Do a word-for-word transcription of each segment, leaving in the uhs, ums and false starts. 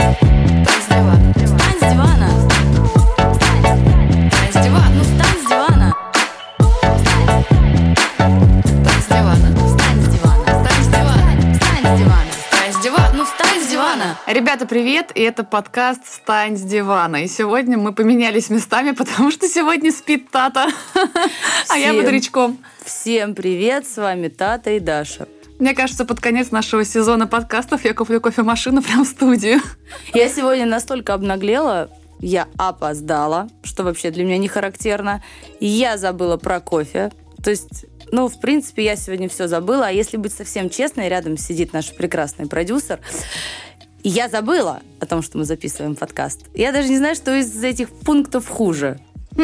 Ребята, привет! И это подкаст «Встань с дивана». И сегодня мы поменялись местами, потому что сегодня спит Тата, а я бодрячком. Всем привет! С вами Тата и Даша. Мне кажется, под конец нашего сезона подкастов я куплю кофемашину прямо в студию. Я сегодня настолько обнаглела, я опоздала, что вообще для меня не характерно. Я забыла про кофе. То есть, ну, в принципе, я сегодня все забыла. А если быть совсем честной, рядом сидит наш прекрасный продюсер. И я забыла о том, что мы записываем подкаст. Я даже не знаю, что из этих пунктов хуже.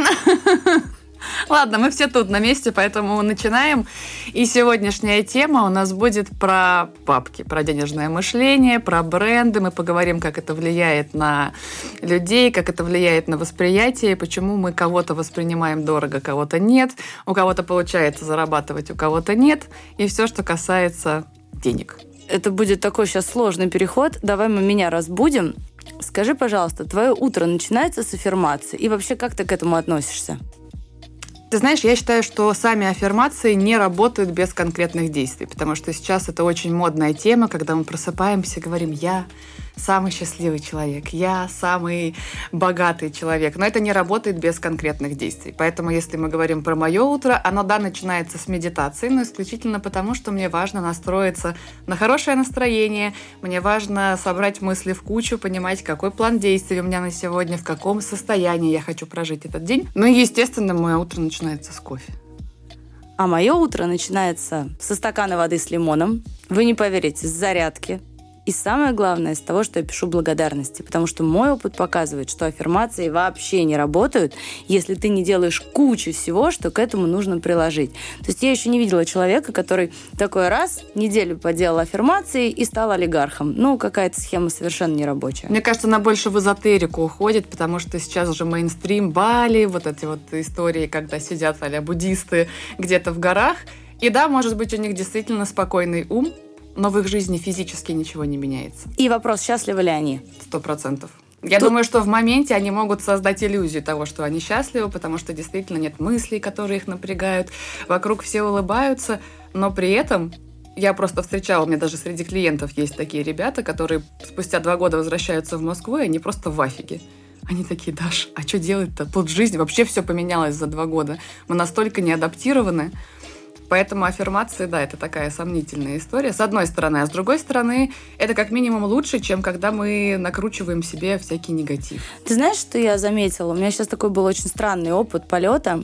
Ладно, мы все тут на месте, поэтому начинаем. И сегодняшняя тема у нас будет про бабки, про денежное мышление, про бренды. Мы поговорим, как это влияет на людей, как это влияет на восприятие, почему мы кого-то воспринимаем дорого, кого-то нет, у кого-то получается зарабатывать, у кого-то нет, и все, что касается денег. Это будет такой сейчас сложный переход. Давай мы меня разбудим. Скажи, пожалуйста, твое утро начинается с аффирмации? И вообще, как ты к этому относишься? Ты знаешь, я считаю, что сами аффирмации не работают без конкретных действий, потому что сейчас это очень модная тема, когда мы просыпаемся и говорим «я самый счастливый человек», «я самый богатый человек». Но это не работает без конкретных действий. Поэтому, если мы говорим про мое утро, оно, да, начинается с медитации, но исключительно потому, что мне важно настроиться на хорошее настроение, мне важно собрать мысли в кучу, понимать, какой план действий у меня на сегодня, в каком состоянии я хочу прожить этот день. Ну и, естественно, мое утро начинается с кофе. А мое утро начинается со стакана воды с лимоном. Вы не поверите, с зарядки. И самое главное, с того, что я пишу благодарности, потому что мой опыт показывает, что аффирмации вообще не работают, если ты не делаешь кучу всего, что к этому нужно приложить. То есть я еще не видела человека, который такой раз, неделю поделал аффирмации и стал олигархом. Ну, какая-то схема совершенно нерабочая. Мне кажется, она больше в эзотерику уходит, потому что сейчас уже мейнстрим, Бали, вот эти вот истории, когда сидят а-ля буддисты где-то в горах. И да, может быть, у них действительно спокойный ум, но в их жизни физически ничего не меняется. И вопрос, счастливы ли они? Сто процентов. Я Тут... думаю, что в моменте они могут создать иллюзию того, что они счастливы, потому что действительно нет мыслей, которые их напрягают. Вокруг все улыбаются, но при этом я просто встречала, у меня даже среди клиентов есть такие ребята, которые спустя два года возвращаются в Москву, и они просто в афиге. Они такие: Даш, а что делать-то? Тут жизнь, вообще все поменялось за два года. Мы настолько не адаптированы. Поэтому аффирмации, да, это такая сомнительная история, с одной стороны. А с другой стороны, это как минимум лучше, чем когда мы накручиваем себе всякий негатив. Ты знаешь, что я заметила? У меня сейчас такой был очень странный опыт полета.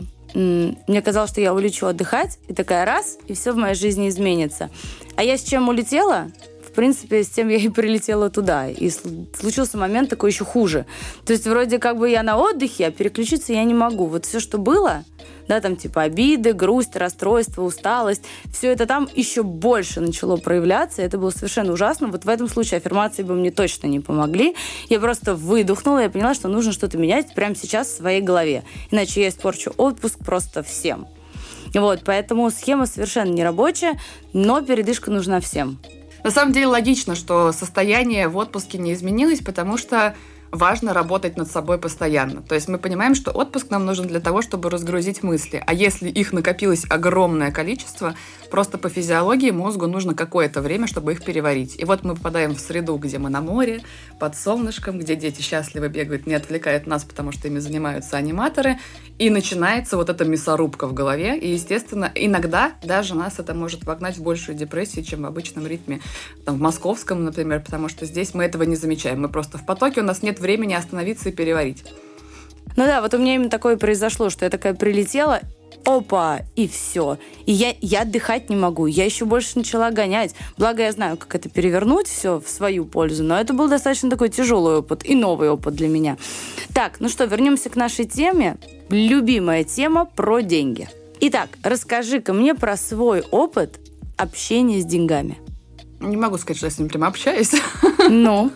Мне казалось, что я улечу отдыхать, и такая раз, и все в моей жизни изменится. А я с чем улетела? В принципе, с тем я и прилетела туда. И случился момент такой еще хуже. То есть вроде как бы я на отдыхе, а переключиться я не могу. Вот все, что было, да, там типа обиды, грусть, расстройство, усталость, все это там еще больше начало проявляться. Это было совершенно ужасно. Вот в этом случае аффирмации бы мне точно не помогли. Я просто выдохнула, я поняла, что нужно что-то менять прямо сейчас в своей голове. Иначе я испорчу отпуск просто всем. Вот, поэтому схема совершенно нерабочая, но передышка нужна всем. На самом деле логично, что состояние в отпуске не изменилось, потому что важно работать над собой постоянно. То есть мы понимаем, что отпуск нам нужен для того, чтобы разгрузить мысли. А если их накопилось огромное количество, просто по физиологии мозгу нужно какое-то время, чтобы их переварить. И вот мы попадаем в среду, где мы на море, под солнышком, где дети счастливо бегают, не отвлекают нас, потому что ими занимаются аниматоры. И начинается вот эта мясорубка в голове. И, естественно, иногда даже нас это может вогнать в большую депрессию, чем в обычном ритме, там, в московском, например, потому что здесь мы этого не замечаем. Мы просто в потоке, у нас нет времени остановиться и переварить. Ну да, вот у меня именно такое произошло, что я такая прилетела, опа, и все. И я, я отдыхать не могу, я еще больше начала гонять. Благо я знаю, как это перевернуть все в свою пользу, но это был достаточно такой тяжелый опыт и новый опыт для меня. Так, ну что, вернемся к нашей теме. Любимая тема про деньги. Итак, расскажи-ка мне про свой опыт общения с деньгами. Не могу сказать, что я с ним прямо общаюсь. Ну...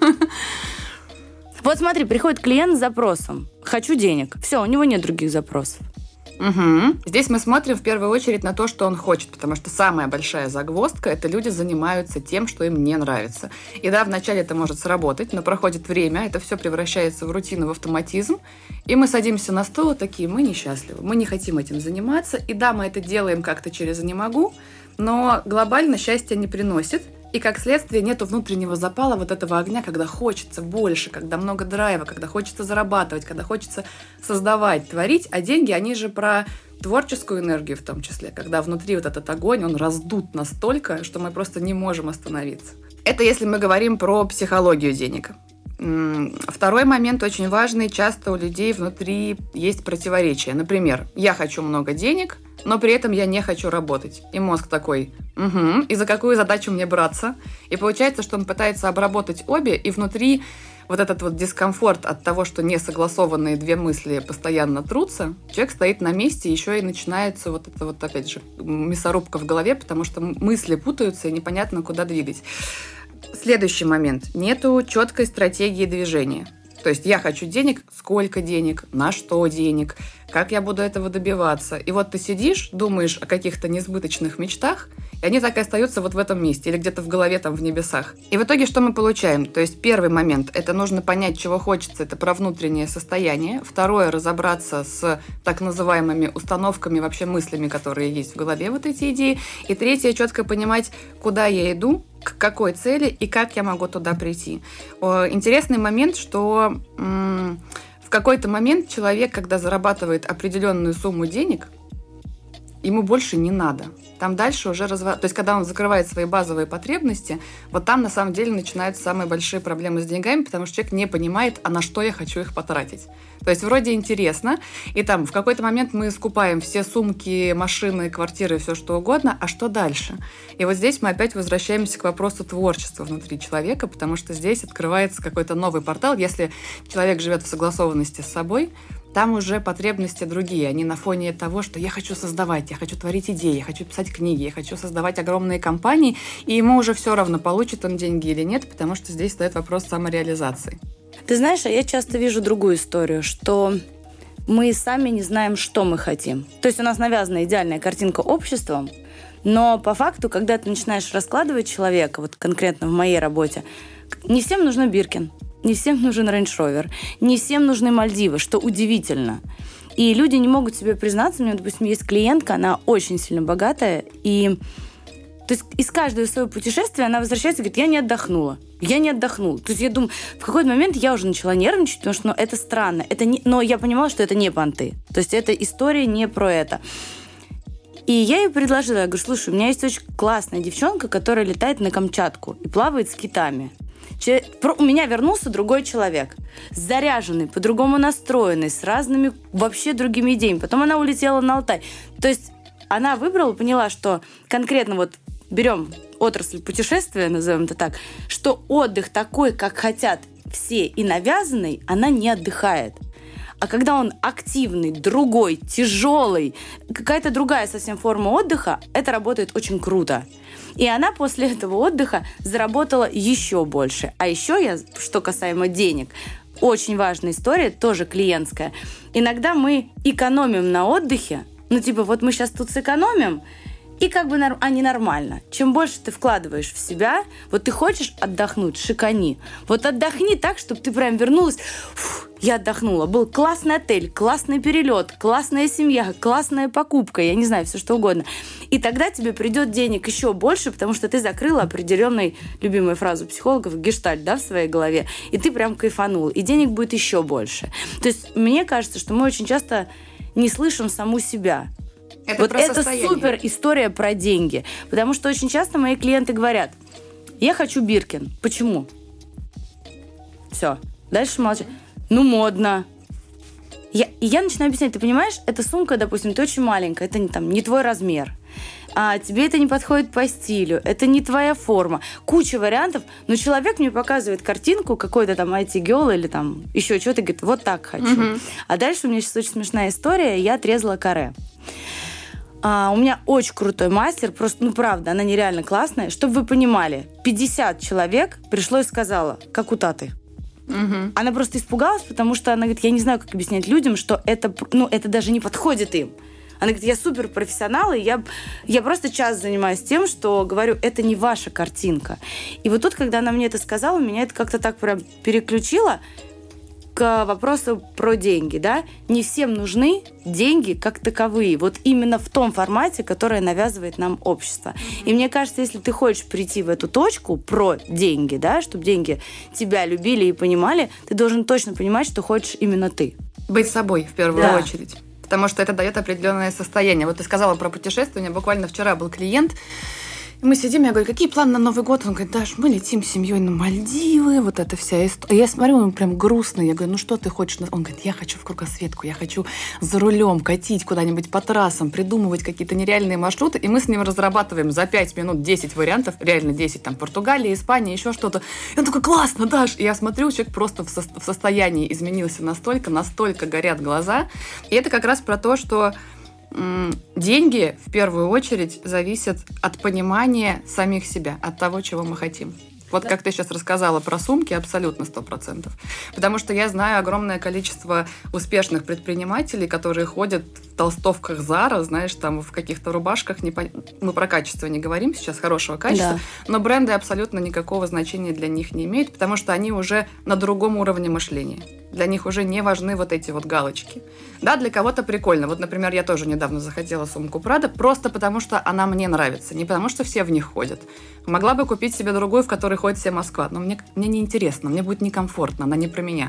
Вот смотри, приходит клиент с запросом: хочу денег. Все, у него нет других запросов. Угу. Здесь мы смотрим в первую очередь на то, что он хочет, потому что самая большая загвоздка – это люди занимаются тем, что им не нравится. И да, вначале это может сработать, но проходит время, это все превращается в рутину, в автоматизм, и мы садимся на стол и такие, мы несчастливы, мы не хотим этим заниматься, и да, мы это делаем как-то через «не могу», но глобально счастье не приносит. И, как следствие, нету внутреннего запала, вот этого огня, когда хочется больше, когда много драйва, когда хочется зарабатывать, когда хочется создавать, творить. А деньги, они же про творческую энергию в том числе, когда внутри вот этот огонь, он раздут настолько, что мы просто не можем остановиться. Это если мы говорим про психологию денег. Второй момент очень важный. Часто у людей внутри есть противоречия. Например, я хочу много денег, но при этом я не хочу работать. И мозг такой, угу, и за какую задачу мне браться? И получается, что он пытается обработать обе, и внутри вот этот вот дискомфорт от того, что несогласованные две мысли постоянно трутся, человек стоит на месте, еще и начинается вот это вот, опять же, мясорубка в голове, потому что мысли путаются, и непонятно, куда двигать. Следующий момент. Нету четкой стратегии движения. То есть я хочу денег, сколько денег, на что денег, как я буду этого добиваться. И вот ты сидишь, думаешь о каких-то несбыточных мечтах, и они так и остаются вот в этом месте или где-то в голове, там, в небесах. И в итоге что мы получаем? То есть первый момент – это нужно понять, чего хочется, это про внутреннее состояние. Второе – разобраться с так называемыми установками, вообще мыслями, которые есть в голове, вот эти идеи. И третье – четко понимать, куда я иду, к какой цели и как я могу туда прийти. Интересный момент, что м- в какой-то момент человек, когда зарабатывает определенную сумму денег, ему больше не надо. Там дальше уже разворот. То есть, когда он закрывает свои базовые потребности, вот там на самом деле начинаются самые большие проблемы с деньгами, потому что человек не понимает, а на что я хочу их потратить. То есть, вроде интересно, и там в какой-то момент мы скупаем все сумки, машины, квартиры, все что угодно, а что дальше? И вот здесь мы опять возвращаемся к вопросу творчества внутри человека, потому что здесь открывается какой-то новый портал. Если человек живет в согласованности с собой, там уже потребности другие. Они на фоне того, что я хочу создавать, я хочу творить идеи, я хочу писать книги, я хочу создавать огромные компании, и ему уже все равно, получит он деньги или нет, потому что здесь стоит вопрос самореализации. Ты знаешь, а я часто вижу другую историю, что мы сами не знаем, что мы хотим. То есть у нас навязана идеальная картинка обществом, но по факту, когда ты начинаешь раскладывать человека, вот конкретно в моей работе, не всем нужно Биркин. Не всем нужен Range Rover, не всем нужны Мальдивы, что удивительно. И люди не могут себе признаться. У меня, допустим, есть клиентка, она очень сильно богатая, и то есть из каждого своего путешествия она возвращается и говорит, я не отдохнула, я не отдохнула. То есть я думаю, в какой-то момент я уже начала нервничать, потому что ну, это странно. Это не... Но я понимала, что это не понты. То есть эта история не про это. И я ей предложила, я говорю, слушай, у меня есть очень классная девчонка, которая летает на Камчатку и плавает с китами. У меня вернулся другой человек, заряженный, по-другому настроенный, с разными вообще другими идеями. Потом она улетела на Алтай. То есть она выбрала, поняла, что конкретно вот берем отрасль путешествия, назовем это так, что отдых такой, как хотят все, и навязанный, она не отдыхает. А когда он активный, другой, тяжелый, какая-то другая совсем форма отдыха, это работает очень круто. И она после этого отдыха заработала еще больше. А еще я, что касаемо денег, очень важная история, тоже клиентская. Иногда мы экономим на отдыхе, ну типа вот мы сейчас тут сэкономим, и как бы, а не нормально. Чем больше ты вкладываешь в себя, вот ты хочешь отдохнуть, шикани. Вот отдохни так, чтобы ты прям вернулась, фу, я отдохнула. Был классный отель, классный перелет, классная семья, классная покупка, я не знаю, все что угодно. И тогда тебе придет денег еще больше, потому что ты закрыла определенную, любимую фразу психологов, гештальт, да, в своей голове, и ты прям кайфанул, и денег будет еще больше. То есть мне кажется, что мы очень часто не слышим саму себя. Это вот это супер история про деньги. Потому что очень часто мои клиенты говорят, я хочу Биркин. Почему? Все. Дальше молчат. Ну, модно. Я, и я начинаю объяснять, ты понимаешь, эта сумка, допустим, ты очень маленькая, это не, там, не твой размер. А тебе это не подходит по стилю, это не твоя форма. Куча вариантов, но человек мне показывает картинку, какой-то там ай ти-герл или там еще что-то, говорит, вот так хочу. Mm-hmm. А дальше у меня сейчас очень смешная история, я отрезала каре. А, у меня очень крутой мастер, просто, ну, правда, она нереально классная. Чтобы вы понимали, пятьдесят человек пришло и сказала, как у Таты. Угу. Она просто испугалась, потому что она говорит, я не знаю, как объяснять людям, что это, ну, это даже не подходит им. Она говорит, я суперпрофессионал, и я, я просто час занимаюсь тем, что говорю, это не ваша картинка. И вот тут, когда она мне это сказала, меня это как-то так прям переключило к вопросу про деньги, да? Не всем нужны деньги как таковые, вот именно в том формате, который навязывает нам общество. Mm-hmm. И мне кажется, если ты хочешь прийти в эту точку про деньги, да, чтобы деньги тебя любили и понимали, ты должен точно понимать, что хочешь именно ты. Быть собой в первую да. очередь. Потому что это дает определенное состояние. Вот ты сказала про путешествие. Буквально вчера был клиент, мы сидим, я говорю, какие планы на Новый год? Он говорит, Даш, мы летим с семьей на Мальдивы, вот эта вся история. Я смотрю, он прям грустный. Я говорю, ну что ты хочешь? Он говорит, я хочу в кругосветку, я хочу за рулем катить куда-нибудь по трассам, придумывать какие-то нереальные маршруты. И мы с ним разрабатываем за пять минут десять вариантов, реально десять, там, Португалия, Испания, еще что-то. И он такой, классно, Даш! И я смотрю, человек просто в, со- в состоянии изменился настолько, настолько горят глаза. И это как раз про то, что деньги, в первую очередь, зависят от понимания самих себя, от того, чего мы хотим. Вот да. Как ты сейчас рассказала про сумки, абсолютно сто процентов. Потому что я знаю огромное количество успешных предпринимателей, которые ходят в толстовках Zara, знаешь, там в каких-то рубашках. Непон... Мы про качество не говорим сейчас, хорошего качества, да. Но бренды абсолютно никакого значения для них не имеют, потому что они уже на другом уровне мышления. Для них уже не важны вот эти вот галочки. Да, для кого-то прикольно. Вот, например, я тоже недавно захотела сумку Prada, просто потому что она мне нравится, не потому что все в них ходят. Могла бы купить себе другую, в которой ходит вся Москва, но мне, мне неинтересно, мне будет некомфортно, она не про меня.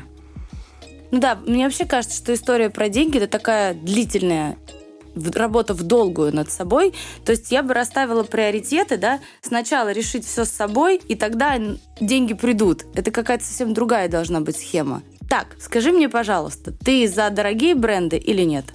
Ну да, мне вообще кажется, что история про деньги – это такая длительная работа в долгую над собой. То есть я бы расставила приоритеты, да, сначала решить все с собой, и тогда деньги придут. Это какая-то совсем другая должна быть схема. Так, скажи мне, пожалуйста, ты за дорогие бренды или нет?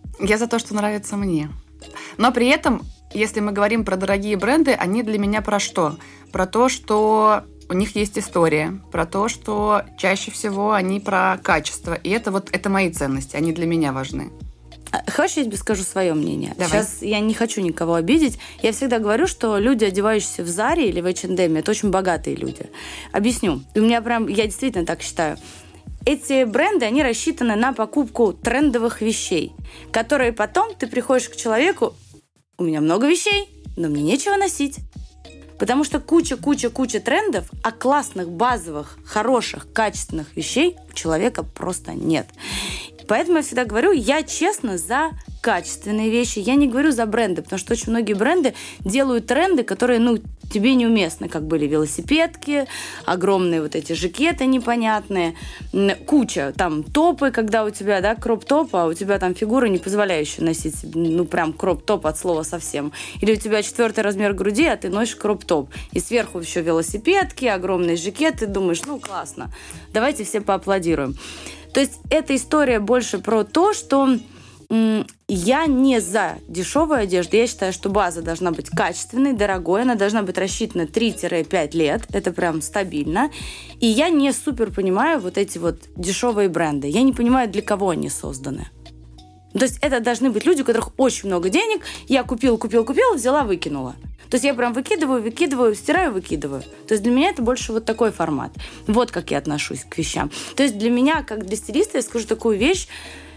Я за то, что нравится мне. Но при этом, если мы говорим про дорогие бренды, они для меня про что? Про то, что у них есть история, про то, что чаще всего они про качество. И это вот это мои ценности, они для меня важны. Хочешь, я тебе скажу свое мнение? Давай. Сейчас я не хочу никого обидеть. Я всегда говорю, что люди, одевающиеся в Заре или в эйч энд эм, это очень богатые люди. Объясню. У меня прям, я действительно так считаю. Эти бренды, они рассчитаны на покупку трендовых вещей, которые потом ты приходишь к человеку, у меня много вещей, но мне нечего носить. Потому что куча-куча-куча трендов, а классных, базовых, хороших, качественных вещей у человека просто нет. Поэтому я всегда говорю, я честно за качественные вещи. Я не говорю за бренды, потому что очень многие бренды делают тренды, которые, ну, тебе неуместны, как были велосипедки, огромные вот эти жакеты непонятные, куча, там, топы, когда у тебя, да, кроп-топ, а у тебя там фигура, не позволяющая носить, ну, прям кроп-топ от слова совсем. Или у тебя четвертый размер груди, а ты носишь кроп-топ. И сверху еще велосипедки, огромные жакеты, думаешь, ну, классно, давайте все поаплодируем. То есть эта история больше про то, что м, я не за дешевую одежду. Я считаю, что база должна быть качественной, дорогой. Она должна быть рассчитана три-пять лет. Это прям стабильно. И я не супер понимаю вот эти вот дешевые бренды. Я не понимаю, для кого они созданы. То есть это должны быть люди, у которых очень много денег. Я купила, купила, купила, взяла, выкинула. То есть я прям выкидываю, выкидываю, стираю, выкидываю. То есть для меня это больше вот такой формат. Вот как я отношусь к вещам. То есть для меня, как для стилиста, я скажу такую вещь.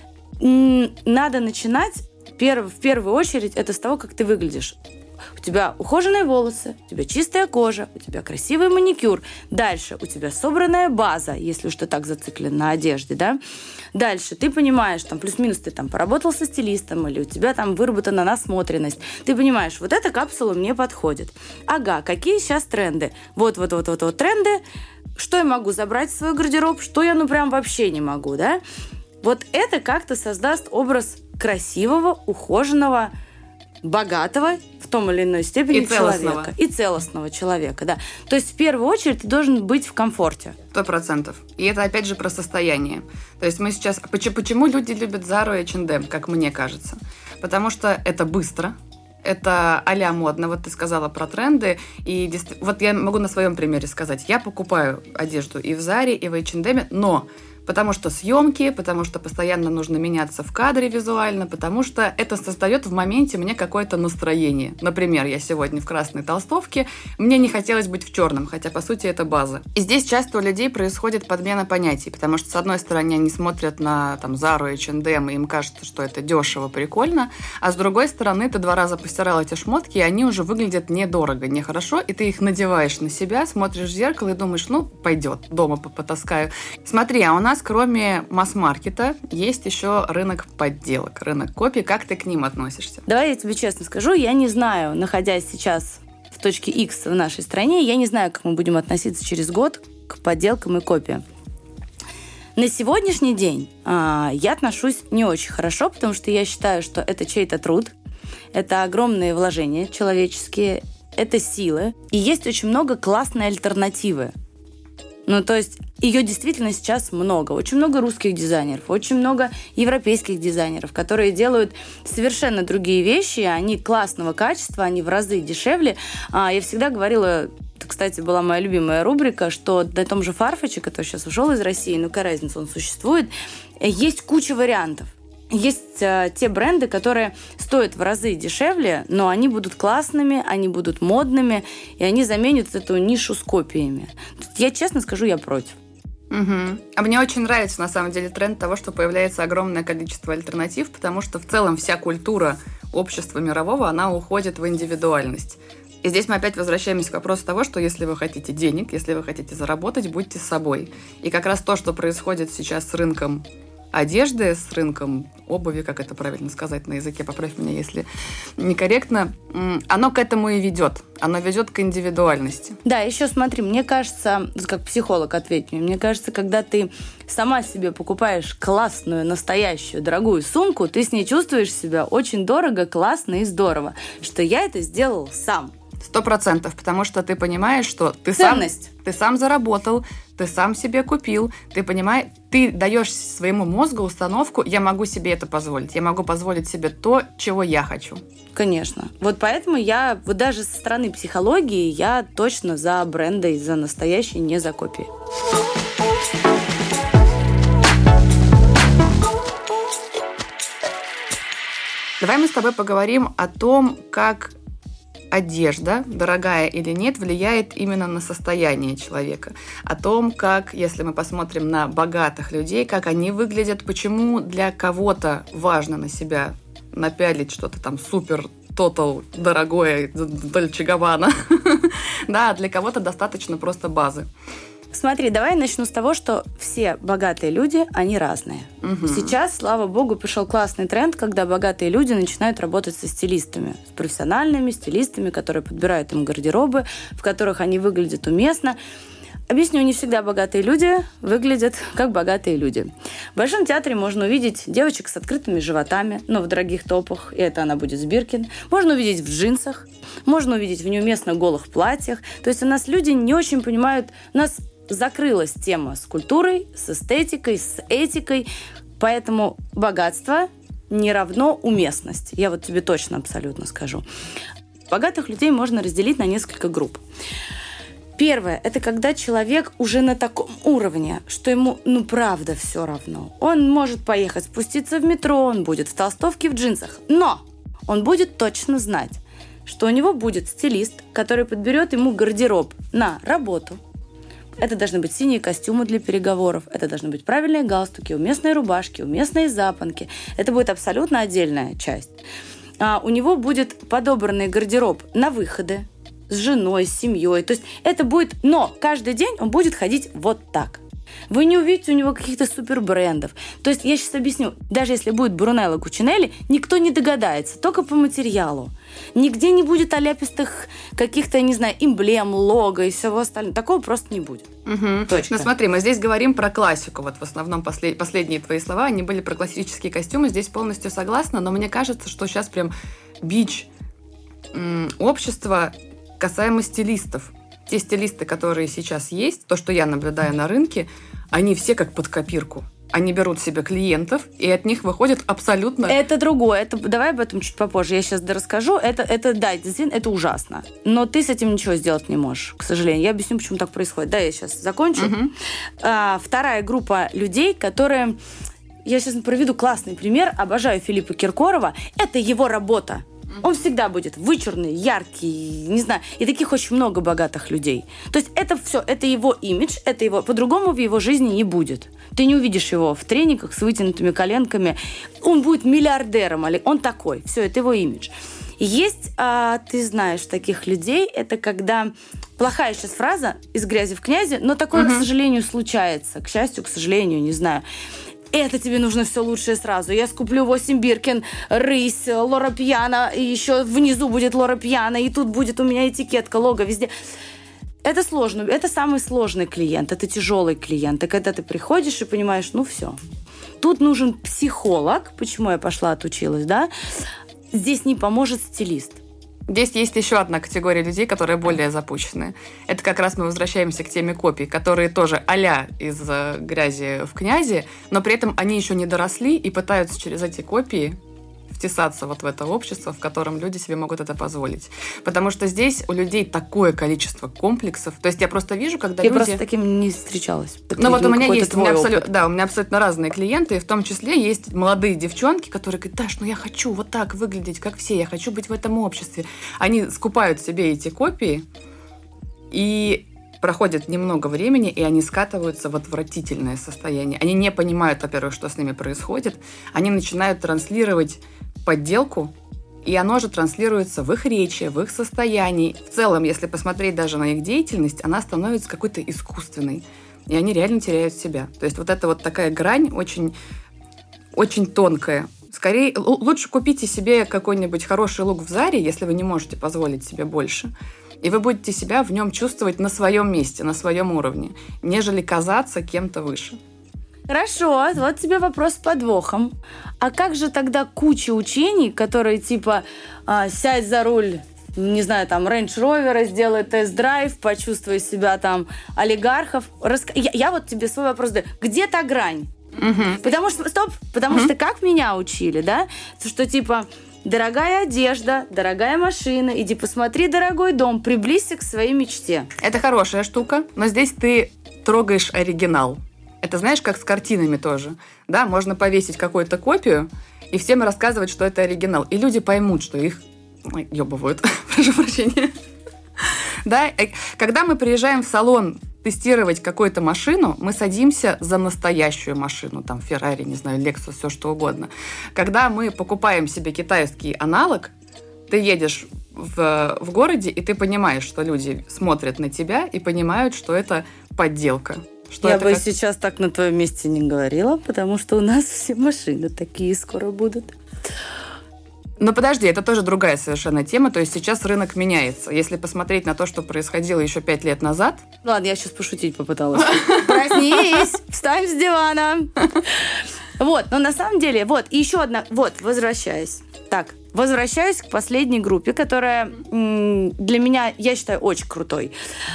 Надо начинать в первую очередь это с того, как ты выглядишь. У тебя ухоженные волосы, у тебя чистая кожа, у тебя красивый маникюр. Дальше у тебя собранная база, если уж ты так зациклен на одежде, да. Дальше ты понимаешь, там плюс-минус ты там поработал со стилистом, или у тебя там выработана насмотренность. Ты понимаешь, вот эта капсула мне подходит. Ага, какие сейчас тренды? Вот-вот-вот-вот тренды. Что я могу забрать в свой гардероб, что я ну прям вообще не могу, да? Вот это как-то создаст образ красивого, ухоженного, богатого в том или иной степени и целостного. человека. И целостного человека, да. То есть в первую очередь ты должен быть в комфорте. Сто процентов. И это опять же про состояние. То есть мы сейчас... Почему, почему люди любят Zara и эйч энд эм, как мне кажется? Потому что это быстро, это а-ля модно. Вот ты сказала про тренды. И вот я могу на своем примере сказать. Я покупаю одежду и в Заре, и в эйч энд эм, но Потому что съемки, потому что постоянно нужно меняться в кадре визуально, потому что это создает в моменте мне какое-то настроение. Например, я сегодня в красной толстовке, мне не хотелось быть в черном, хотя, по сути, это база. И здесь часто у людей происходит подмена понятий, потому что, с одной стороны, они смотрят на там, Зару и эйч энд эм, и им кажется, что это дешево, прикольно, а с другой стороны, ты два раза постирал эти шмотки, и они уже выглядят недорого, нехорошо, и ты их надеваешь на себя, смотришь в зеркало и думаешь, ну, пойдет, дома потаскаю. Смотри, а у нас кроме масс-маркета есть еще рынок подделок, рынок копий. Как ты к ним относишься? Давай я тебе честно скажу, я не знаю, находясь сейчас в точке X в нашей стране, я не знаю, как мы будем относиться через год к подделкам и копиям. На сегодняшний день а, я отношусь не очень хорошо, потому что я считаю, что это чей-то труд, это огромные вложения человеческие, это силы, и есть очень много классной альтернативы. Ну, то есть ее действительно сейчас много. Очень много русских дизайнеров, очень много европейских дизайнеров, которые делают совершенно другие вещи, они классного качества, они в разы дешевле. Я всегда говорила, это, кстати, была моя любимая рубрика, что на том же Farfetch, который сейчас ушел из России, ну, какая разница, он существует, есть куча вариантов. Есть э, те бренды, которые стоят в разы дешевле, но они будут классными, они будут модными, и они заменят эту нишу с копиями. Я честно скажу, я против. Угу. А мне очень нравится, на самом деле, тренд того, что появляется огромное количество альтернатив, потому что в целом вся культура общества мирового, она уходит в индивидуальность. И здесь мы опять возвращаемся к вопросу того, что если вы хотите денег, если вы хотите заработать, будьте собой. И как раз то, что происходит сейчас с рынком одежды, с рынком обуви, как это правильно сказать на языке, поправь меня, если некорректно, оно к этому и ведет. Оно ведет к индивидуальности. Да, еще смотри, мне кажется, как психолог ответь мне, мне кажется, когда ты сама себе покупаешь классную, настоящую, дорогую сумку, ты с ней чувствуешь себя очень дорого, классно и здорово, что я это сделал сам. Сто процентов, потому что ты понимаешь, что ты сам, Ценность. ты сам заработал, ты сам себе купил, ты понимаешь, ты даешь своему мозгу установку, я могу себе это позволить, я могу позволить себе то, чего я хочу. Конечно. Вот поэтому я, вот даже со стороны психологии, я точно за бренды, за настоящие, не за копии. Давай мы с тобой поговорим о том, как одежда, дорогая или нет, влияет именно на состояние человека. О том, как, если мы посмотрим на богатых людей, как они выглядят, почему для кого-то важно на себя напялить что-то там супер тотал дорогое, Дольче Габбана. Да, для кого-то достаточно просто базы. Смотри, давай начну с того, что все богатые люди, они разные. Угу. Сейчас, слава богу, пришел классный тренд, когда богатые люди начинают работать со стилистами, с профессиональными стилистами, которые подбирают им гардеробы, в которых они выглядят уместно. Объясню, не всегда богатые люди выглядят как богатые люди. В Большом театре можно увидеть девочек с открытыми животами, но в дорогих топах, и это она будет с Биркин. Можно увидеть в джинсах, можно увидеть в неуместно голых платьях. То есть у нас люди не очень понимают, у нас закрылась тема с культурой, с эстетикой, с этикой, поэтому богатство не равно уместность. Я вот тебе точно абсолютно скажу. Богатых людей можно разделить на несколько групп. Первое – это когда человек уже на таком уровне, что ему, ну, правда, все равно. Он может поехать спуститься в метро, он будет в толстовке, в джинсах, но он будет точно знать, что у него будет стилист, который подберет ему гардероб на работу. Это должны быть синие костюмы для переговоров, это должны быть правильные галстуки, уместные рубашки, уместные запонки. Это будет абсолютно отдельная часть. А у него будет подобранный гардероб на выходы с женой, с семьей. То есть это будет... Но каждый день он будет ходить вот так. Вы не увидите у него каких-то супербрендов. То есть я сейчас объясню. Даже если будет Брунелло Кучинелли, никто не догадается, только по материалу. Нигде не будет оляпистых каких-то, не знаю, эмблем, лого и всего остального. Такого просто не будет. Угу. Точно. Ну смотри, мы здесь говорим про классику. Вот в основном послед... последние твои слова, они были про классические костюмы. Здесь полностью согласна, но мне кажется, что сейчас прям бич м- общества касаемо стилистов. Те стилисты, которые сейчас есть, то, что я наблюдаю на рынке, они все как под копирку. они берут себе клиентов, и от них выходит абсолютно... Это другое. Это, давай об этом чуть попозже. Я сейчас расскажу. Это, это, да, действительно, это ужасно. Но ты с этим ничего сделать не можешь, к сожалению. Я объясню, почему так происходит. Да, я сейчас закончу. Угу. А, вторая группа людей, которые... Я сейчас приведу классный пример. Обожаю Филиппа Киркорова. Это его работа. Он всегда будет вычурный, яркий, не знаю. И таких очень много богатых людей. То есть это все, это его имидж, это его... По-другому в его жизни не будет. Ты не увидишь его в трениках с вытянутыми коленками. Он будет миллиардером, он такой. Все, это его имидж. Есть, а, ты знаешь, таких людей, это когда... Плохая сейчас фраза «из грязи в князи», но такое, угу. к сожалению, случается. К счастью, к сожалению, не знаю. Это тебе нужно все лучшее сразу. Я скуплю восемь Биркин, рысь, Лора Пьяна, и еще внизу будет Лора Пьяна, и тут будет у меня этикетка, лого везде. Это сложно. Это самый сложный клиент, это тяжелый клиент. И когда ты приходишь и понимаешь, ну все. Тут нужен психолог. Почему я пошла отучилась, да? Здесь не поможет стилист. Здесь есть еще одна категория людей, которые более запущенные. Это как раз мы возвращаемся к теме копий, которые тоже а-ля из грязи в князи, но при этом они еще не доросли и пытаются через эти копии втесаться вот в это общество, в котором люди себе могут это позволить. Потому что здесь у людей такое количество комплексов. То есть я просто вижу, когда я люди... Я просто с таким не встречалась. Ну вот у меня есть, у меня, абсолют... да, у меня абсолютно разные клиенты, и в том числе есть молодые девчонки, которые говорят: Даш, ну я хочу вот так выглядеть, как все, я хочу быть в этом обществе. Они скупают себе эти копии, и проходит немного времени, и они скатываются в отвратительное состояние. Они не понимают, во-первых, что с ними происходит. Они начинают транслировать подделку, и оно же транслируется в их речи, в их состоянии. В целом, если посмотреть даже на их деятельность, она становится какой-то искусственной. И они реально теряют себя. То есть вот это вот такая грань очень, очень тонкая. Скорее, лучше купите себе какой-нибудь хороший лук в Заре, если вы не можете позволить себе больше. И вы будете себя в нем чувствовать на своем месте, на своем уровне, нежели казаться кем-то выше. Хорошо, вот тебе вопрос с подвохом. А как же тогда куча учений, которые типа а, сядь за руль, не знаю, там, Range Rover, сделай тест-драйв, почувствуй себя там олигархов. Раска... Я, я вот тебе свой вопрос задаю. Где та грань? Угу. Потому что, стоп, потому угу. что как меня учили, да, что типа... Дорогая одежда, дорогая машина, иди посмотри дорогой дом, приблизься к своей мечте. Это хорошая штука, но здесь ты трогаешь оригинал. Это знаешь, как с картинами тоже. Да, можно повесить какую-то копию и всем рассказывать, что это оригинал. И люди поймут, что их ой, ёбывают. Прошу прощения. Да, когда мы приезжаем в салон тестировать какую-то машину, мы садимся за настоящую машину, там, Ferrari, не знаю, Lexus, все что угодно. Когда мы покупаем себе китайский аналог, ты едешь в, в городе, и ты понимаешь, что люди смотрят на тебя и понимают, что это подделка. Что Я это бы как... сейчас так на твоем месте не говорила, потому что у нас все машины такие скоро будут. Но подожди, это тоже другая совершенно тема. То есть сейчас рынок меняется. Если посмотреть на то, что происходило еще пять лет назад... Ладно, я сейчас пошутить попыталась. Проснись, встань с дивана. Вот, но на самом деле, вот, и еще одна... Вот, возвращаясь. Так, возвращаюсь к последней группе, которая для меня, я считаю, очень крутой.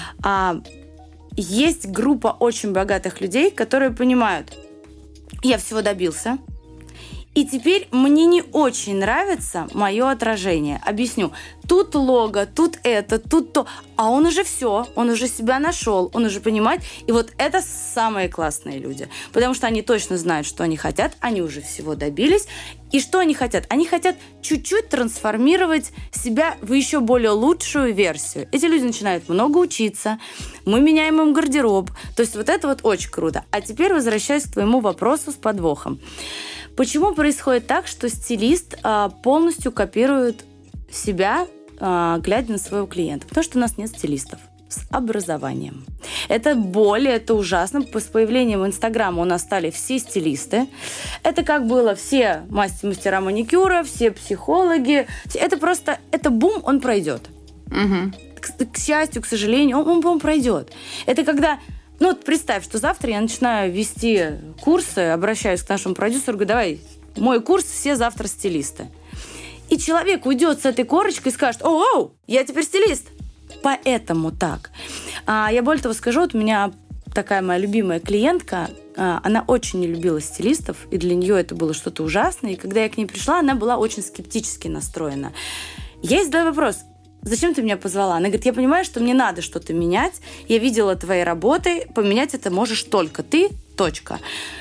Есть группа очень богатых людей, которые понимают, я всего добился, и теперь мне не очень нравится мое отражение. Объясню. Тут лого, тут это, тут то. А он уже все, он уже себя нашел, он уже понимает. И вот это самые классные люди. Потому что они точно знают, что они хотят, они уже всего добились. И что они хотят? Они хотят чуть-чуть трансформировать себя в еще более лучшую версию. Эти люди начинают много учиться, мы меняем им гардероб. То есть вот это вот очень круто. А теперь возвращаюсь к твоему вопросу с подвохом. Почему происходит так, что стилист а, полностью копирует себя, а, глядя на своего клиента? Потому что у нас нет стилистов с образованием. Это боль, это ужасно. С появлением Инстаграма у нас стали все стилисты. Это как было все мастера маникюра, все психологи. Это просто, это бум, он пройдет. Угу. К, к счастью, к сожалению, он, он, он пройдет. Это когда... Ну, вот представь, что завтра я начинаю вести курсы, обращаюсь к нашему продюсеру, говорю, давай, мой курс, все завтра стилисты. И человек уйдет с этой корочкой и скажет, оу, я теперь стилист. Поэтому так. А я более того скажу, вот у меня такая моя любимая клиентка, она очень не любила стилистов, и для нее это было что-то ужасное. И когда я к ней пришла, она была очень скептически настроена. Я ей задаю вопрос: зачем ты меня позвала? Она говорит: я понимаю, что мне надо что-то менять. Я видела твои работы. Поменять это можешь только ты. Точка.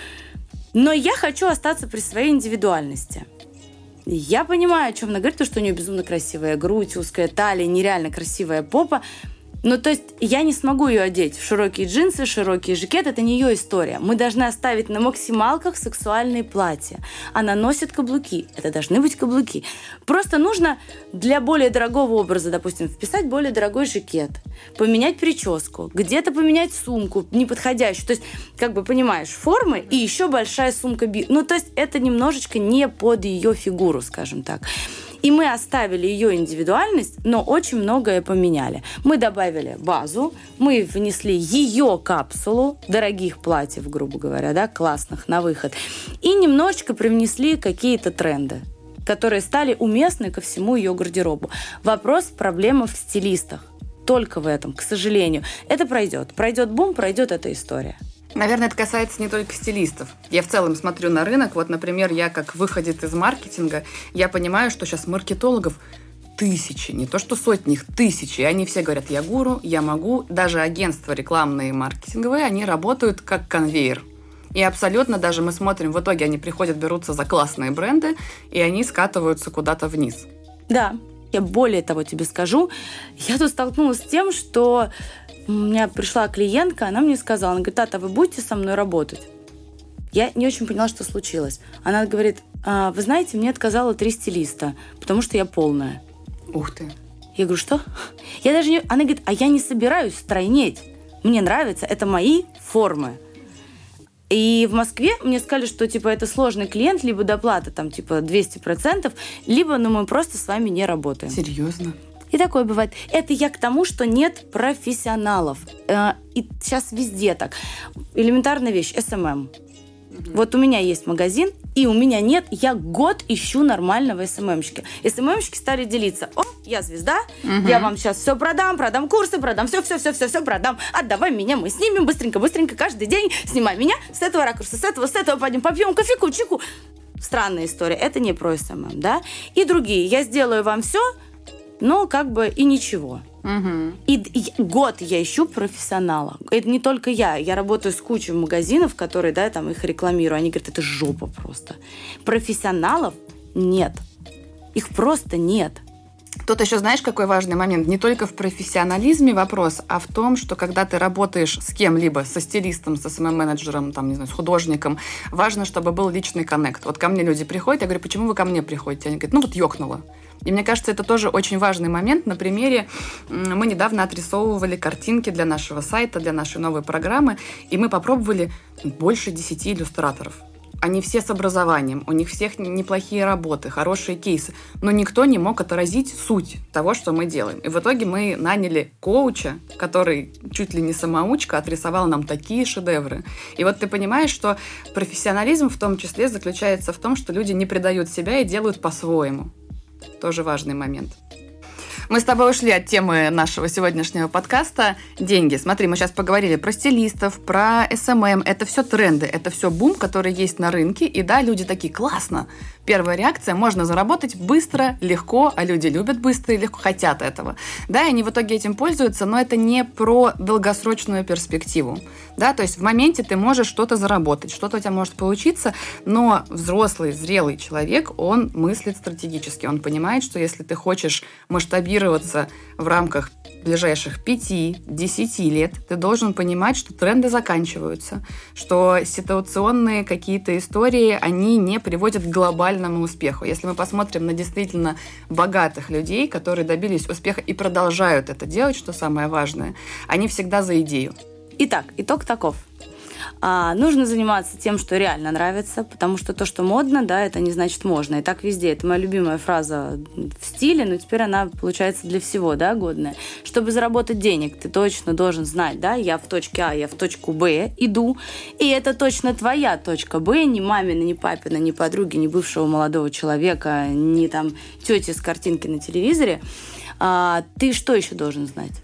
Но я хочу остаться при своей индивидуальности. Я понимаю, о чем она говорит, то, что у нее безумно красивая грудь, узкая талия, нереально красивая попа. Ну, то есть я не смогу ее одеть в широкие джинсы, широкий жакет. Это не ее история. Мы должны оставить на максималках сексуальные платья. Она носит каблуки. Это должны быть каблуки. Просто нужно для более дорогого образа, допустим, вписать более дорогой жакет, поменять прическу, где-то поменять сумку неподходящую. То есть, как бы, понимаешь, формы и еще большая сумка. Ну, то есть это немножечко не под ее фигуру, скажем так. И мы оставили ее индивидуальность, но очень многое поменяли. Мы добавили базу, мы внесли ее капсулу дорогих платьев, грубо говоря, да, классных на выход, и немножечко привнесли какие-то тренды, которые стали уместны ко всему ее гардеробу. Вопрос, проблема в стилистах. Только в этом, к сожалению. Это пройдет. Пройдет бум, пройдет эта история. Наверное, это касается не только стилистов. Я в целом смотрю на рынок. Вот, например, я как выходец из маркетинга, я понимаю, что сейчас маркетологов тысячи, не то что сотни, их тысячи. И они все говорят: я гуру, я могу. Даже агентства рекламные и маркетинговые, они работают как конвейер. И абсолютно даже мы смотрим, в итоге они приходят, берутся за классные бренды, и они скатываются куда-то вниз. Да, я более того тебе скажу. Я тут столкнулась с тем, что у меня пришла клиентка, она мне сказала, она говорит: Тата, вы будете со мной работать? Я не очень поняла, что случилось. Она говорит: а, вы знаете, мне отказало три стилиста, потому что я полная. Ух ты. Я говорю: что? Я даже не... Она говорит: а я не собираюсь стройнеть. Мне нравится, это мои формы. И в Москве мне сказали, что типа это сложный клиент, либо доплата там типа двести процентов, либо ну, мы просто с вами не работаем. Серьезно? И такое бывает. Это я к тому, что нет профессионалов. И сейчас везде так. Элементарная вещь. эс эм эм. Mm-hmm. Вот у меня есть магазин, и у меня нет. Я год ищу нормального эс эм эм-щика. эс эм эм-щики стали делиться. О, я звезда, mm-hmm. я вам сейчас все продам, продам курсы, продам все-все-все-все-все продам. Отдавай меня, мы снимем быстренько-быстренько каждый день. Снимай меня с этого ракурса, с этого, с этого пойдем, попьем кофейку, чайку. Странная история. Это не про эс эм эм, да? И другие. Я сделаю вам все, но как бы и ничего. Угу. И, и год я ищу профессионала. Это не только я. Я работаю с кучей магазинов, которые, да, там их рекламирую. Они говорят: это жопа просто. Профессионалов нет. Их просто нет. Тут еще знаешь, какой важный момент? Не только в профессионализме вопрос, а в том, что когда ты работаешь с кем-либо, со стилистом, с эс эм эм-менеджером, там, не знаю, с художником, важно, чтобы был личный коннект. Вот ко мне люди приходят, я говорю: почему вы ко мне приходите? Они говорят: ну вот ёкнуло. И мне кажется, это тоже очень важный момент. На примере мы недавно отрисовывали картинки для нашего сайта, для нашей новой программы, и мы попробовали больше десяти иллюстраторов. Они все с образованием, у них всех неплохие работы, хорошие кейсы, но никто не мог отразить суть того, что мы делаем. И в итоге мы наняли коуча, который чуть ли не самоучка, отрисовал нам такие шедевры. И вот ты понимаешь, что профессионализм в том числе заключается в том, что люди не предают себя и делают по-своему. Тоже важный момент. Мы с тобой ушли от темы нашего сегодняшнего подкаста «Деньги». Смотри, мы сейчас поговорили про стилистов, про эс эм эм. Это все тренды, это все бум, который есть на рынке. И да, люди такие: классно. Первая реакция: можно заработать быстро, легко, а люди любят быстро и легко, хотят этого. Да, и они в итоге этим пользуются, но это не про долгосрочную перспективу. Да, то есть в моменте ты можешь что-то заработать, что-то у тебя может получиться, но взрослый, зрелый человек, он мыслит стратегически. Он понимает, что если ты хочешь масштабироваться в рамках ближайших пяти-десяти лет, ты должен понимать, что тренды заканчиваются, что ситуационные какие-то истории, они не приводят к глобальному успеху. Если мы посмотрим на действительно богатых людей, которые добились успеха и продолжают это делать, что самое важное, они всегда за идею. Итак, итог таков. А, нужно заниматься тем, что реально нравится, потому что то, что модно, да, это не значит можно. И так везде. Это моя любимая фраза в стиле, но теперь она получается для всего, да, годная. Чтобы заработать денег, ты точно должен знать, да, я в точке А, я в точку Б иду, и это точно твоя точка Б, не мамина, не папина, не подруги, не бывшего молодого человека, не там тети с картинки на телевизоре. А, ты что еще должен знать?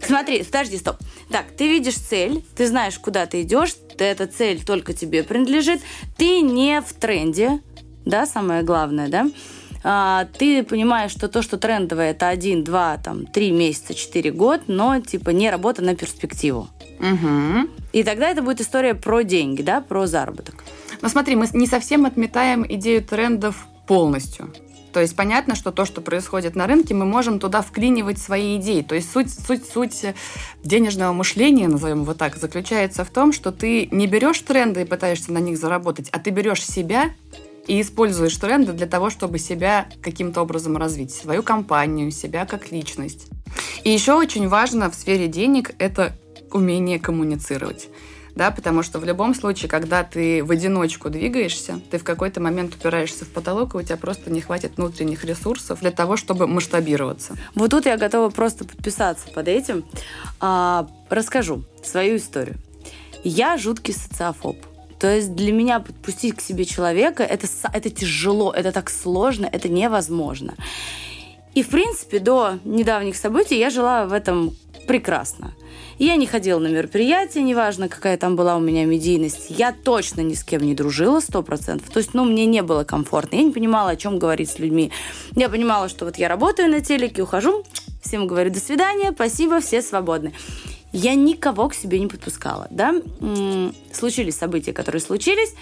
Смотри, подожди, стоп. Так, ты видишь цель, ты знаешь, куда ты идешь, эта цель только тебе принадлежит, ты не в тренде, да, самое главное, да, а, ты понимаешь, что то, что трендовое, это один, два, там, три месяца, четыре год, но, типа, не работа на перспективу. Угу. И тогда это будет история про деньги, да, про заработок. Но смотри, мы не совсем отметаем идею трендов полностью. То есть понятно, что то, что происходит на рынке, мы можем туда вклинивать свои идеи. То есть суть, суть, суть денежного мышления, назовем его так, заключается в том, что ты не берешь тренды и пытаешься на них заработать, а ты берешь себя и используешь тренды для того, чтобы себя каким-то образом развить, свою компанию, себя как личность. И еще очень важно в сфере денег – это умение коммуницировать. Да, потому что в любом случае, когда ты в одиночку двигаешься, ты в какой-то момент упираешься в потолок, и у тебя просто не хватит внутренних ресурсов для того, чтобы масштабироваться. Вот тут я готова просто подписаться под этим. А, расскажу свою историю. Я жуткий социофоб. То есть для меня подпустить к себе человека это, это тяжело, это так сложно, это невозможно. И, в принципе, до недавних событий я жила в этом прекрасно. Я не ходила на мероприятия, неважно, какая там была у меня медийность. Я точно ни с кем не дружила, сто процентов. То есть, ну, мне не было комфортно. Я не понимала, о чем говорить с людьми. Я понимала, что вот я работаю на телеке, ухожу, всем говорю «до свидания», «спасибо», все свободны. Я никого к себе не подпускала, да. М-м, случились события, которые случились.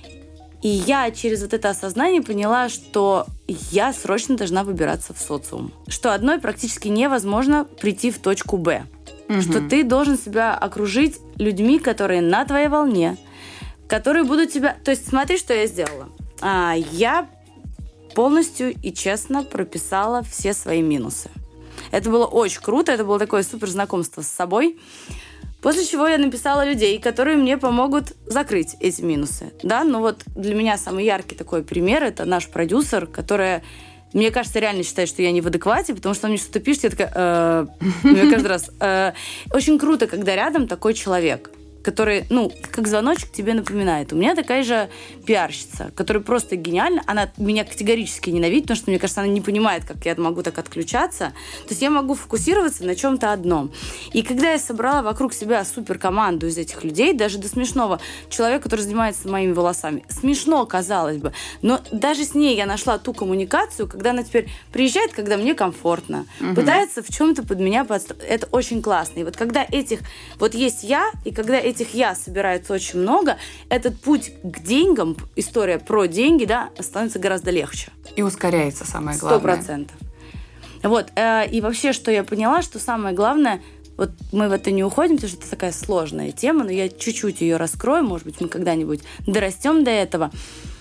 И я через вот это осознание поняла, что я срочно должна выбираться в социум. Что одной практически невозможно прийти в точку «Б». Угу. Что ты должен себя окружить людьми, которые на твоей волне, которые будут тебя... То есть смотри, что я сделала. А, я полностью и честно прописала все свои минусы. Это было очень круто, это было такое супер знакомство с собой. После чего я написала людей, которые мне помогут закрыть эти минусы. Да? Ну вот для меня самый яркий такой пример – это наш продюсер, которая, мне кажется, реально считает, что я не в адеквате, потому что он мне что-то пишет, я такая… Э, я каждый раз… Э, очень круто, когда рядом такой человек, который, ну, как звоночек тебе напоминает. У меня такая же пиарщица, которая просто гениальна. Она меня категорически ненавидит, потому что, мне кажется, она не понимает, как я могу так отключаться. То есть я могу фокусироваться на чем-то одном. И когда я собрала вокруг себя суперкоманду из этих людей, даже до смешного, человек, который занимается моими волосами, смешно, казалось бы, но даже с ней я нашла ту коммуникацию, когда она теперь приезжает, когда мне комфортно, угу. пытается в чем-то под меня подстроить. Это очень классно. И вот когда этих... Вот есть я, и когда этих «я» собирается очень много, этот путь к деньгам, история про деньги, да, становится гораздо легче. И ускоряется, самое главное. Сто процентов. Вот. И вообще, что я поняла, что самое главное, вот мы в это не уходим, потому что это такая сложная тема, но я чуть-чуть ее раскрою, может быть, мы когда-нибудь дорастем до этого.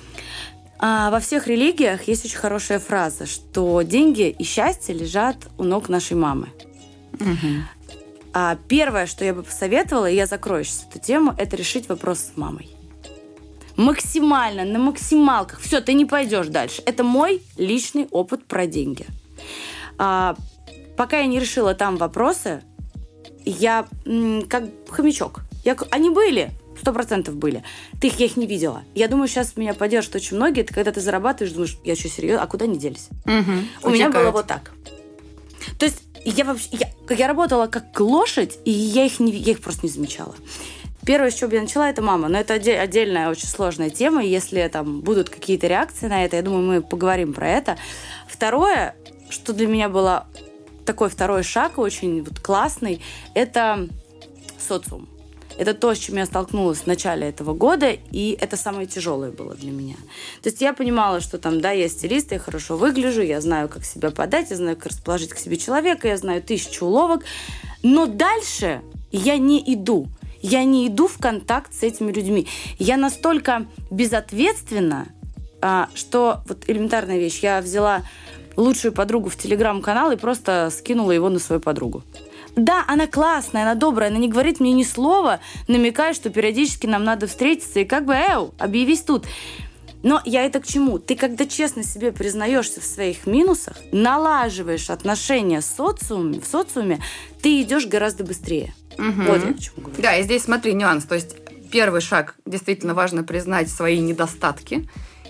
А во всех религиях есть очень хорошая фраза, что деньги и счастье лежат у ног нашей мамы. Угу. А первое, что я бы посоветовала, и я закрою сейчас эту тему, это решить вопрос с мамой. Максимально, на максималках. Все, ты не пойдешь дальше. Это мой личный опыт про деньги. А, пока я не решила там вопросы, я м, как хомячок. Я, они были, сто процентов были. Ты их, я их не видела. Я думаю, сейчас меня поддержат очень многие. Это когда ты зарабатываешь, думаешь, я что, серьезно? А куда они делись? Угу, У меня было вот так. То есть я вообще, я, я работала как лошадь, и я их, не, я их просто не замечала. Первое, с чего я начала, это мама. Но это отдельная, очень сложная тема. И если там будут какие-то реакции на это, я думаю, мы поговорим про это. Второе, что для меня было такой второй шаг, очень вот классный, это социум. Это то, с чем я столкнулась в начале этого года, и это самое тяжелое было для меня. То есть я понимала, что там, да, я стилист, я хорошо выгляжу, я знаю, как себя подать, я знаю, как расположить к себе человека, я знаю тысячу уловок, но дальше я не иду. Я не иду в контакт с этими людьми. Я настолько безответственна, что вот элементарная вещь. Я взяла лучшую подругу в телеграм-канал и просто скинула его на свою подругу. Да, она классная, она добрая, она не говорит мне ни слова, намекая, что периодически нам надо встретиться, и как бы, эу, объявись тут. Но я это к чему? Ты, когда честно себе признаешься в своих минусах, налаживаешь отношения с социумом, в социуме, ты идешь гораздо быстрее. Угу. Вот я к чему говорю. Да, и здесь смотри, нюанс. То есть первый шаг, действительно важно признать свои недостатки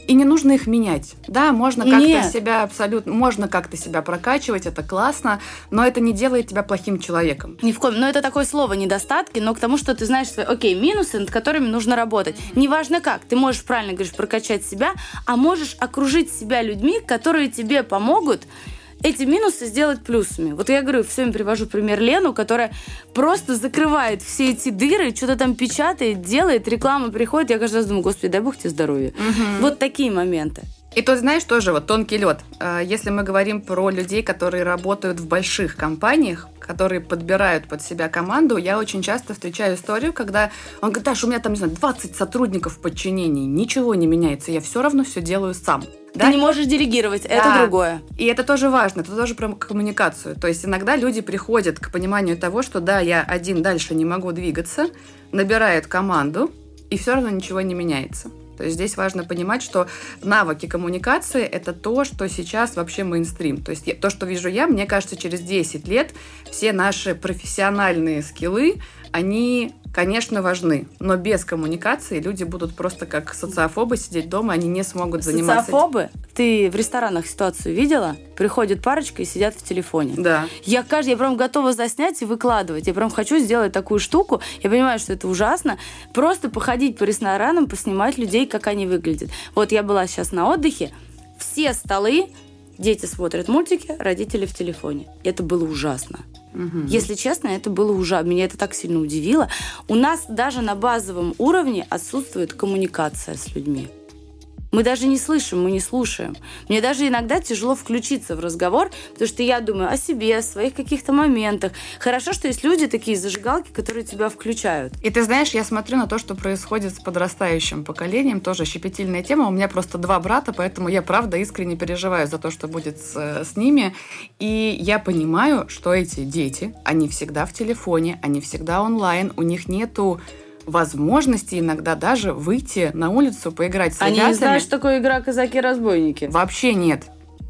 И не нужно их менять. Да, можно как-то Нет. себя абсолютно, можно как-то себя прокачивать, это классно, но это не делает тебя плохим человеком. Ни в коем. Но это такое слово недостатки, но к тому, что ты знаешь свои, окей, минусы, над которыми нужно работать. Неважно как. Ты можешь, правильно говоришь, прокачать себя, а можешь окружить себя людьми, которые тебе помогут эти минусы сделать плюсами. Вот я говорю, все время привожу пример Лену, которая просто закрывает все эти дыры, что-то там печатает, делает, реклама приходит. Я каждый раз думаю, господи, дай бог тебе здоровья. Угу. Вот такие моменты. И тут, знаешь, тоже вот тонкий лед. Если мы говорим про людей, которые работают в больших компаниях, которые подбирают под себя команду, я очень часто встречаю историю, когда он говорит, Даша, у меня там, не знаю, двадцать сотрудников в подчинении, ничего не меняется, я все равно все делаю сам. Ты да? не можешь делегировать, да. это другое. И это тоже важно, это тоже про коммуникацию. То есть иногда люди приходят к пониманию того, что да, я один дальше не могу двигаться, набирают команду, и все равно ничего не меняется. То есть здесь важно понимать, что навыки коммуникации – это то, что сейчас вообще мейнстрим. То есть то, что вижу я, мне кажется, через десять лет все наши профессиональные скиллы, они, конечно, важны, но без коммуникации люди будут просто как социофобы сидеть дома, они не смогут заниматься... Социофобы? Ты в ресторанах ситуацию видела? Приходит парочка и сидят в телефоне. Да. Я, каждый, я прям готова заснять и выкладывать. Я прям хочу сделать такую штуку. Я понимаю, что это ужасно. Просто походить по ресторанам, поснимать людей, как они выглядят. Вот я была сейчас на отдыхе. Все столы, дети смотрят мультики, родители в телефоне. Это было ужасно. Угу. Если честно, это было ужасно. Меня это так сильно удивило. У нас даже на базовом уровне отсутствует коммуникация с людьми. Мы даже не слышим, мы не слушаем. Мне даже иногда тяжело включиться в разговор, потому что я думаю о себе, о своих каких-то моментах. Хорошо, что есть люди, такие зажигалки, которые тебя включают. И ты знаешь, я смотрю на то, что происходит с подрастающим поколением, тоже щепетильная тема. У меня просто два брата, поэтому я, правда, искренне переживаю за то, что будет с, с ними. И я понимаю, что эти дети, они всегда в телефоне, они всегда онлайн, у них нету возможности иногда даже выйти на улицу, поиграть с ребятами. Они не знают, что такое игра «Казаки-разбойники». Вообще нет.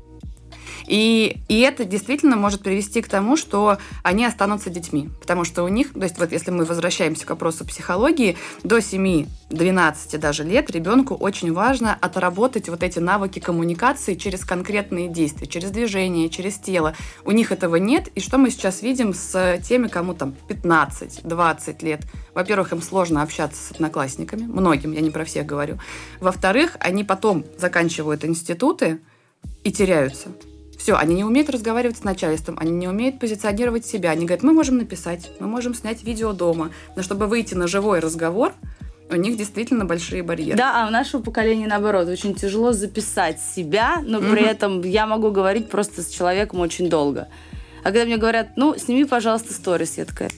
И, и это действительно может привести к тому, что они останутся детьми. Потому что у них, то есть вот если мы возвращаемся к вопросу психологии, до семи-двенадцати даже лет ребенку очень важно отработать вот эти навыки коммуникации через конкретные действия, через движение, через тело. У них этого нет. И что мы сейчас видим с теми, кому там пятнадцать-двадцать лет? Во-первых, им сложно общаться с одноклассниками, многим, я не про всех говорю. Во-вторых, они потом заканчивают институты и теряются. Все, они не умеют разговаривать с начальством, они не умеют позиционировать себя. Они говорят, мы можем написать, мы можем снять видео дома. Но чтобы выйти на живой разговор, у них действительно большие барьеры. Да, а у нашего поколения наоборот. Очень тяжело записать себя, но при mm-hmm. этом я могу говорить просто с человеком очень долго. А когда мне говорят, ну, сними, пожалуйста, сторис, я такая...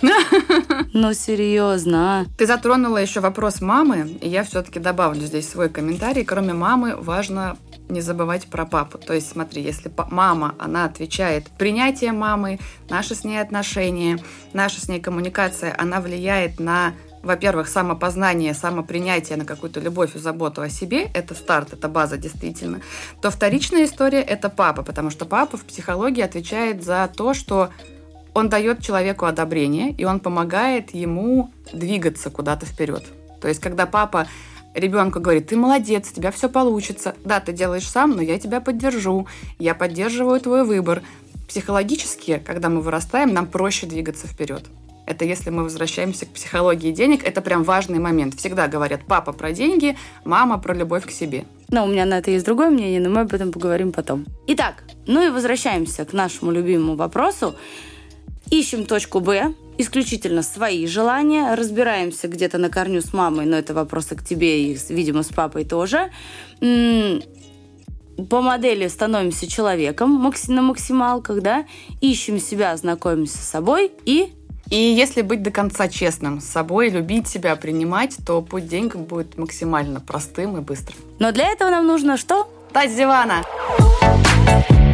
Ну, серьезно. Ты затронула еще вопрос мамы, и я все-таки добавлю здесь свой комментарий. Кроме мамы, важно не забывать про папу. То есть, смотри, если мама, она отвечает принятие мамы, наши с ней отношения, наша с ней коммуникация, она влияет на, во-первых, самопознание, самопринятие, на какую-то любовь и заботу о себе, это старт, это база действительно, то вторичная история – это папа, потому что папа в психологии отвечает за то, что он дает человеку одобрение, и он помогает ему двигаться куда-то вперед. То есть, когда папа ребенку говорит, ты молодец, у тебя все получится, да, ты делаешь сам, но я тебя поддержу, я поддерживаю твой выбор. Психологически, когда мы вырастаем, нам проще двигаться вперед. Это если мы возвращаемся к психологии денег, это прям важный момент. Всегда говорят, папа про деньги, мама про любовь к себе. Ну, у меня на это есть другое мнение, но мы об этом поговорим потом. Итак, ну и возвращаемся к нашему любимому вопросу. Ищем точку Б, исключительно свои желания, разбираемся где-то на корню с мамой, но это вопросы к тебе и, видимо, с папой тоже. По модели становимся человеком на максималках, да, ищем себя, знакомимся с собой и... И если быть до конца честным с собой, любить себя, принимать, то путь к деньгам будет максимально простым и быстрым. Но для этого нам нужно что? Встать с дивана!